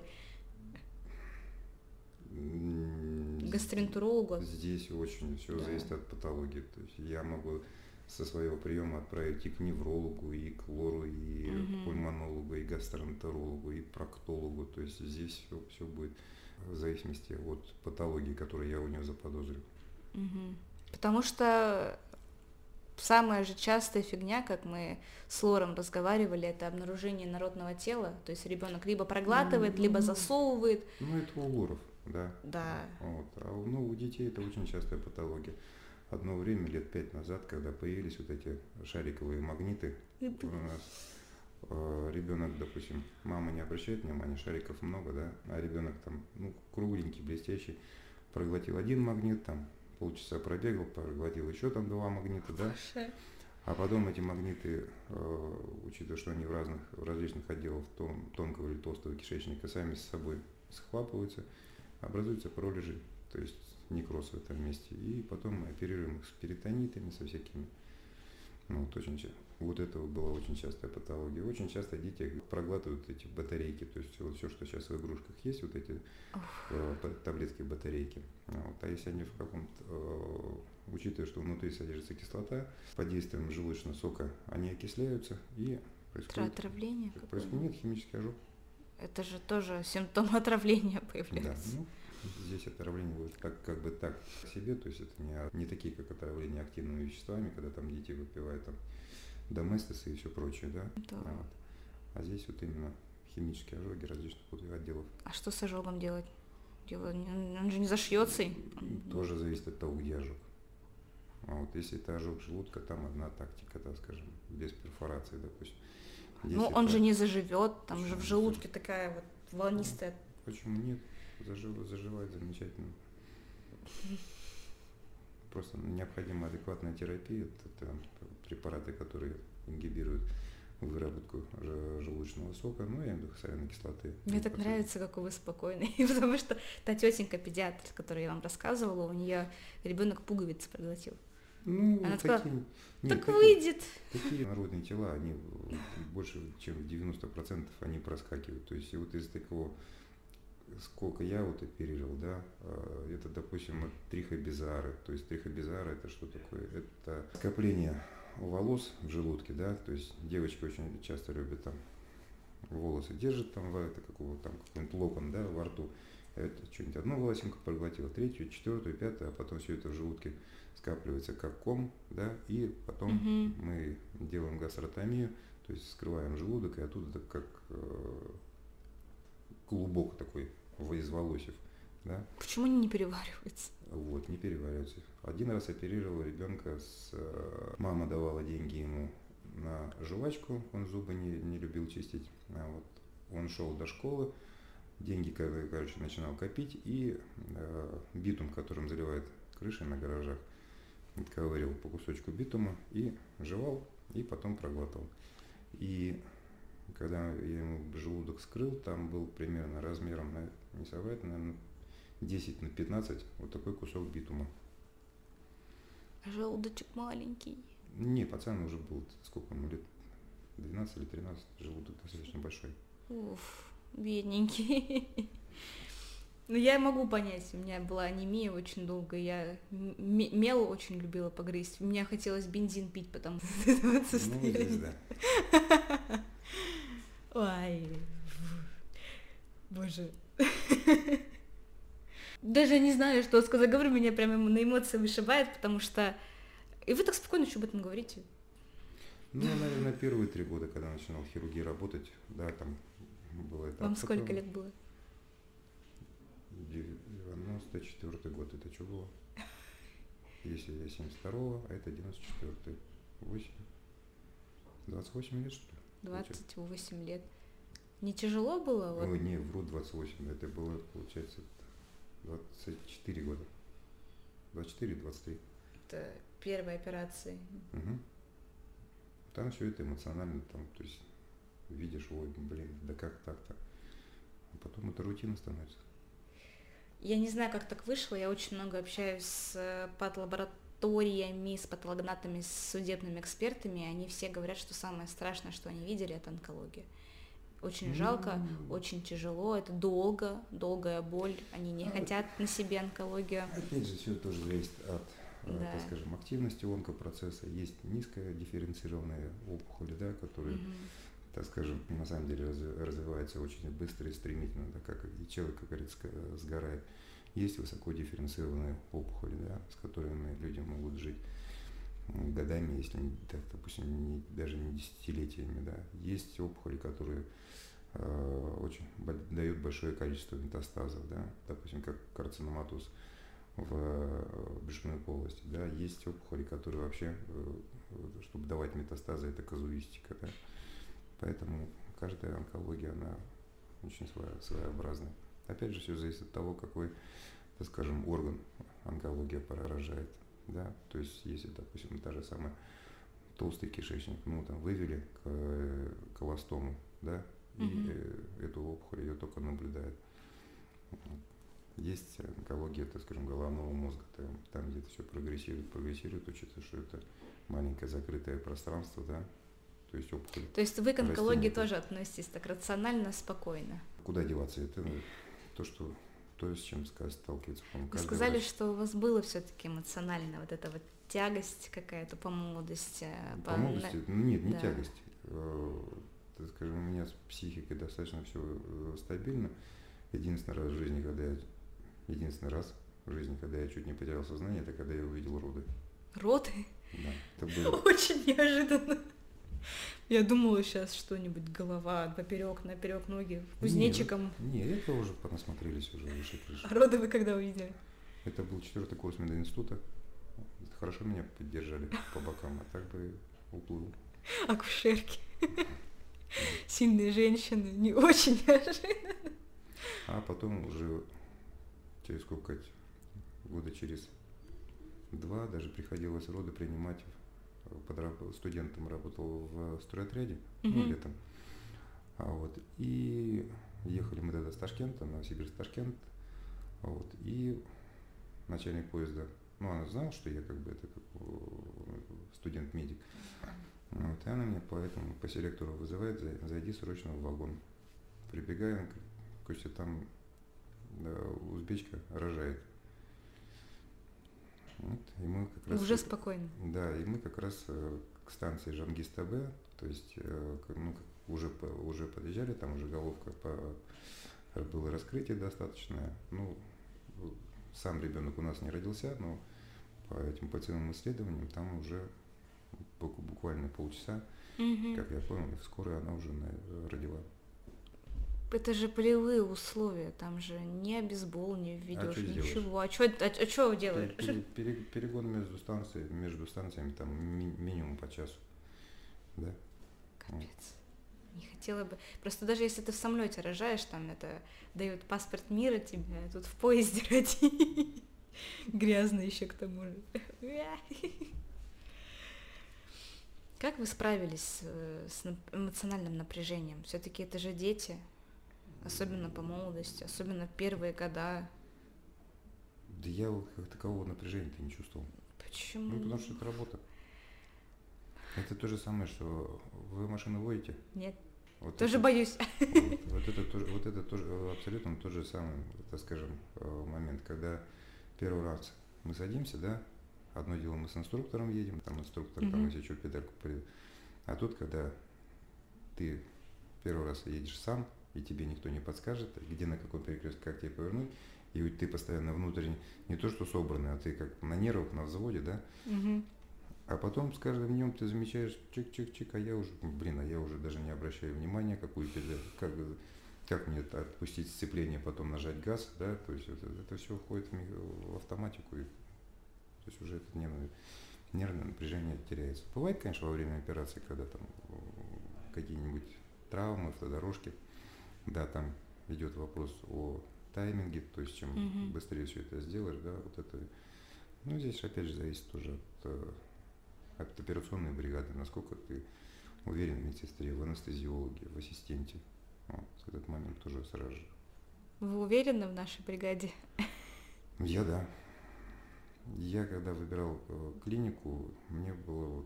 Гастроэнтерологу? Здесь очень все зависит от патологии. То есть я могу со своего приема отправить и к неврологу, и к лору, и к пульмонологу, и гастроэнтерологу, и проктологу. То есть здесь все будет в зависимости от патологии, которую я у него заподозрю. Потому что самая же частая фигня, как мы с Лором разговаривали, это обнаружение инородного тела. То есть ребенок либо проглатывает, либо засовывает. Ну, это у лоров, да. Да. Вот. А у детей это очень частая патология. одно время, лет 5 назад, когда появились вот эти шариковые магниты, у нас ребенок, допустим, мама не обращает внимания, шариков много, да, а ребенок там, ну, кругленький, блестящий, проглотил один магнит, там полчаса пробегал, проглотил еще там 2 магнита, да, а потом эти магниты, учитывая, что они в различных отделах тонкого или толстого кишечника сами с собой схлапываются, образуются пролежи, то есть некроз в этом месте, и потом мы оперируем их с перитонитами, со всякими. Ну, вот это была очень частая патология. Очень часто дети проглатывают эти батарейки, то есть вот все, что сейчас в игрушках есть, вот эти таблетки батарейки. Вот. А если они в каком-то, учитывая, что внутри содержится кислота, под действием желудочного сока они окисляются и происходит отравление. Происходит химический ожог. Это же тоже симптом отравления появляется. Да, ну, здесь отравление будет как бы так себе, то есть это не такие, как отравление активными веществами, когда там дети выпивают там доместосы и все прочее, да? Да. Вот. А здесь вот именно химические ожоги различных отделов. А что с ожогом делать? Он же не зашьется. Тоже зависит от того, где ожог. А вот если это ожог желудка, там одна тактика, так скажем, без перфорации, допустим. Ну, он же не заживет, там же в желудке такая вот волнистая. Почему нет? Заживает замечательно. Просто необходима адекватная терапия. Это препараты, которые ингибируют выработку желудочного сока, ну и эндохсоляной кислоты. Мне так нравится, какой вы спокойный, потому что та тетенька-педиатр, с которой я вам рассказывала, у нее ребенок пуговицы проглотил. Ну, она сказала, так выйдет. Такие народные тела, они больше, чем 90% они проскакивают. То есть вот из такого, сколько я вот оперировал, да, это, допустим, трихобизары. То есть трихобизары это что такое? Это скопление волос в желудке, да, то есть девочки очень часто любят там волосы держат там, это какой-нибудь локон, да, во рту. Это что-нибудь одну волосинку проглотила, третью, четвертую, пятую, а потом все это в желудке скапливается как ком, да, и потом мы делаем гастротомию, то есть скрываем желудок, и оттуда как клубок такой из волосев, да. Почему они не перевариваются? Вот, не перевариваются. Один раз оперировал ребенка, мама давала деньги ему на жвачку, он зубы не любил чистить, а вот он шел до школы, деньги, короче, начинал копить, и битум, которым заливает крыши на гаражах, отковыривал по кусочку битума и жевал, и потом проглатывал. И когда я ему желудок скрыл, там был примерно размером, не соврать, наверное, 10 на 15 вот такой кусок битума. Желудочек маленький. Не, пацан уже был, сколько ему лет, 12 или 13, желудок достаточно большой. Уф, бедненький. Ну, я могу понять, у меня была анемия очень долго, я мел очень любила погрызть, мне хотелось бензин пить, потому что этого состояния. Ну, здесь да. Ой, боже. Даже не знаю, что сказать, говорю, меня прямо на эмоции вышибает, потому что... И вы так спокойно еще об этом говорите. Ну, наверное, первые 3 года, когда начинал в хирургии работать, да, там было это. Вам сколько лет было? 94 год, это что было? Если я 72-го, а это 94-й. 28 лет, что ли? 28 лет. Не тяжело было? Вот? Ой, не, вру, 28, это было, получается, 24 года. 24-23. Это первая операция. Угу. Там все это эмоционально, там, то есть видишь, ой, блин, да как так-то. А потом это рутина становится. Я не знаю, как так вышло, я очень много общаюсь с патолабораториями, с патологоанатомами, с судебными экспертами, и они все говорят, что самое страшное, что они видели, это онкология. Очень жалко, очень тяжело, это долгая боль, они не хотят на себе онкологию. Опять же, все тоже зависит от, так скажем, активности онкопроцесса. Есть низкодифференцированные опухоли, да, которые, так скажем, на самом деле развиваются очень быстро и стремительно, да, как и человек, как говорится, сгорает. Есть высокодифференцированные опухоли, да, с которыми люди могут жить годами, если, так, допустим, даже не десятилетиями, да. Есть опухоли, которые очень дают большое количество метастазов, да, допустим, как карциноматоз в брюшной полости, да, есть опухоли, которые вообще, чтобы давать метастазы, это казуистика, да, поэтому каждая онкология, она очень своеобразная. Опять же, все зависит от того, какой, так скажем, орган онкология поражает, да, то есть если, допустим, та же самая толстый кишечник, ну, там, вывели колостому, да, и эту опухоль ее только наблюдают. Есть онкология, так скажем, головного мозга, там где-то все прогрессирует, учитывая, что это маленькое закрытое пространство, да, то есть опухоль. То есть вы к онкологии тоже относитесь так рационально, спокойно? Куда деваться? Это то, с чем сталкивается. Вы сказали, что у вас было все-таки эмоционально вот эта вот тягость какая-то по молодости. По молодости? Нет, не тягость. Так скажем, у меня с психикой достаточно все стабильно. Единственный раз в жизни, когда я чуть не потерял сознание, это когда я увидел роды. Роды? Да, это было. Очень неожиданно. Я думала, сейчас что-нибудь, голова, наперек ноги, кузнечиком. Нет, это уже понасмотрелись уже выше крыши. А роды вы когда увидели? Это был 4-й курс мединститута. Хорошо меня поддержали по бокам, а так бы уплыл. Акушерки. Сильные женщины, не очень неожиданно. А потом уже через сколько, года через 2 даже приходилось роды принимать. Студентом работал в стройотряде, летом. И ехали мы тогда с Ташкента, Новосибирск-Ташкент. И начальник поезда, она знала, что я студент-медик. И она меня по селектору вызывает: зайди срочно в вагон. Прибегаю, Костя, там узбечка рожает. И мы как раз уже спокойно. Да, и мы как раз к станции Жангиз-ТБ, то есть уже подъезжали, там уже головка было раскрытие достаточное. Сам ребенок у нас не родился, но по этим пациентным исследованиям там уже буквально полчаса, как я понял, и вскоре она уже родила. Это же полевые условия, там же ни обезбол не введешь, ничего. А что вы делаете? Перегон между станциями там минимум по часу. Да? Капец. Не хотела бы. Просто даже если ты в самолете рожаешь, там это дают паспорт мира тебе, а тут в поезде роди. Грязно еще к тому же. Как вы справились с эмоциональным напряжением? Все-таки это же дети. Особенно по молодости, особенно первые года. Да я как такового напряжения-то не чувствовал. Почему? Потому что это работа. Это то же самое, что вы машину водите? Нет. Тоже боюсь. Вот это тоже абсолютно тот же самый, так скажем, момент, когда первый раз мы садимся, да, одно дело мы с инструктором едем, там инструктор, там если что, педальку придет. А тут, когда ты первый раз едешь сам, и тебе никто не подскажет, где на каком перекрестке, как тебе повернуть, и ты постоянно внутренне, не то что собранный, а ты как на нервах, на взводе, да, а потом с каждым днем ты замечаешь чик-чик-чик, а я уже даже не обращаю внимания, как мне отпустить сцепление, потом нажать газ, да, то есть это все входит в автоматику, и то есть уже это нервное напряжение теряется. Бывает, конечно, во время операции, когда там какие-нибудь травмы, автодорожки, да, там идет вопрос о тайминге, то есть чем быстрее все это сделаешь, да, вот это. Здесь опять же зависит тоже от операционной бригады, насколько ты уверен в медсестре, в анестезиологе, в ассистенте. В этот момент тоже сразу же. Вы уверены в нашей бригаде? Да. Я когда выбирал клинику, мне было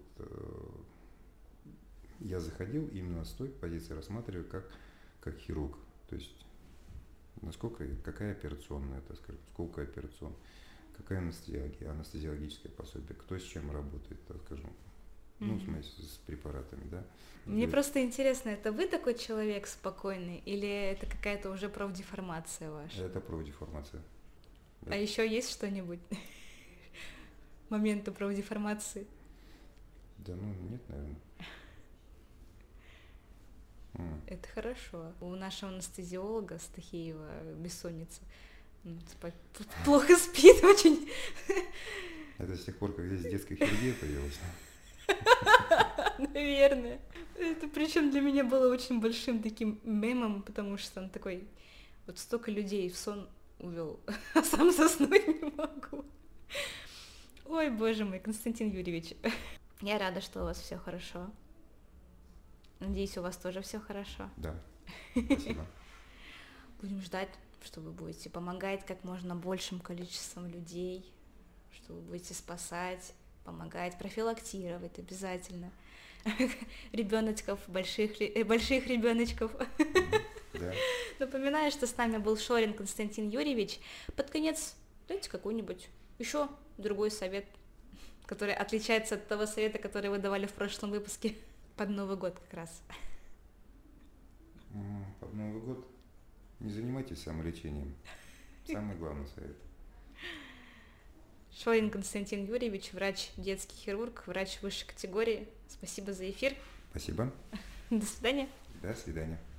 я заходил именно с той позиции, рассматриваю как хирург, то есть какая операционная, так скажем, сколько операционная, какая анестезиологическое пособие, кто с чем работает, так скажем, в смысле с препаратами, да. Мне просто интересно, это вы такой человек спокойный или это какая-то уже профдеформация ваша? Это профдеформация. Да. А еще есть что-нибудь? Моменты профдеформации? Да, нет, наверное. Это хорошо. У нашего анестезиолога Стахеева бессонница. Плохо спит очень. Это с тех пор, как здесь детская хирургия появилась. Наверное. Это причем для меня было очень большим таким мемом, потому что он такой, вот столько людей в сон увел, а сам заснуть не могу. Ой, боже мой, Константин Юрьевич. Я рада, что у вас все хорошо. Надеюсь, у вас тоже все хорошо. Да, спасибо. Будем ждать, что вы будете помогать как можно большим количеством людей, что вы будете спасать, помогать, профилактировать обязательно. Ребеночков, больших ребеночков. Да. Напоминаю, что с нами был Шорин Константин Юрьевич. Под конец дайте какой-нибудь еще другой совет, который отличается от того совета, который вы давали в прошлом выпуске под Новый год как раз. Под Новый год не занимайтесь самолечением. Самый главный совет. Шорин Константин Юрьевич, врач, детский хирург, врач высшей категории. Спасибо за эфир. Спасибо. До свидания. До свидания.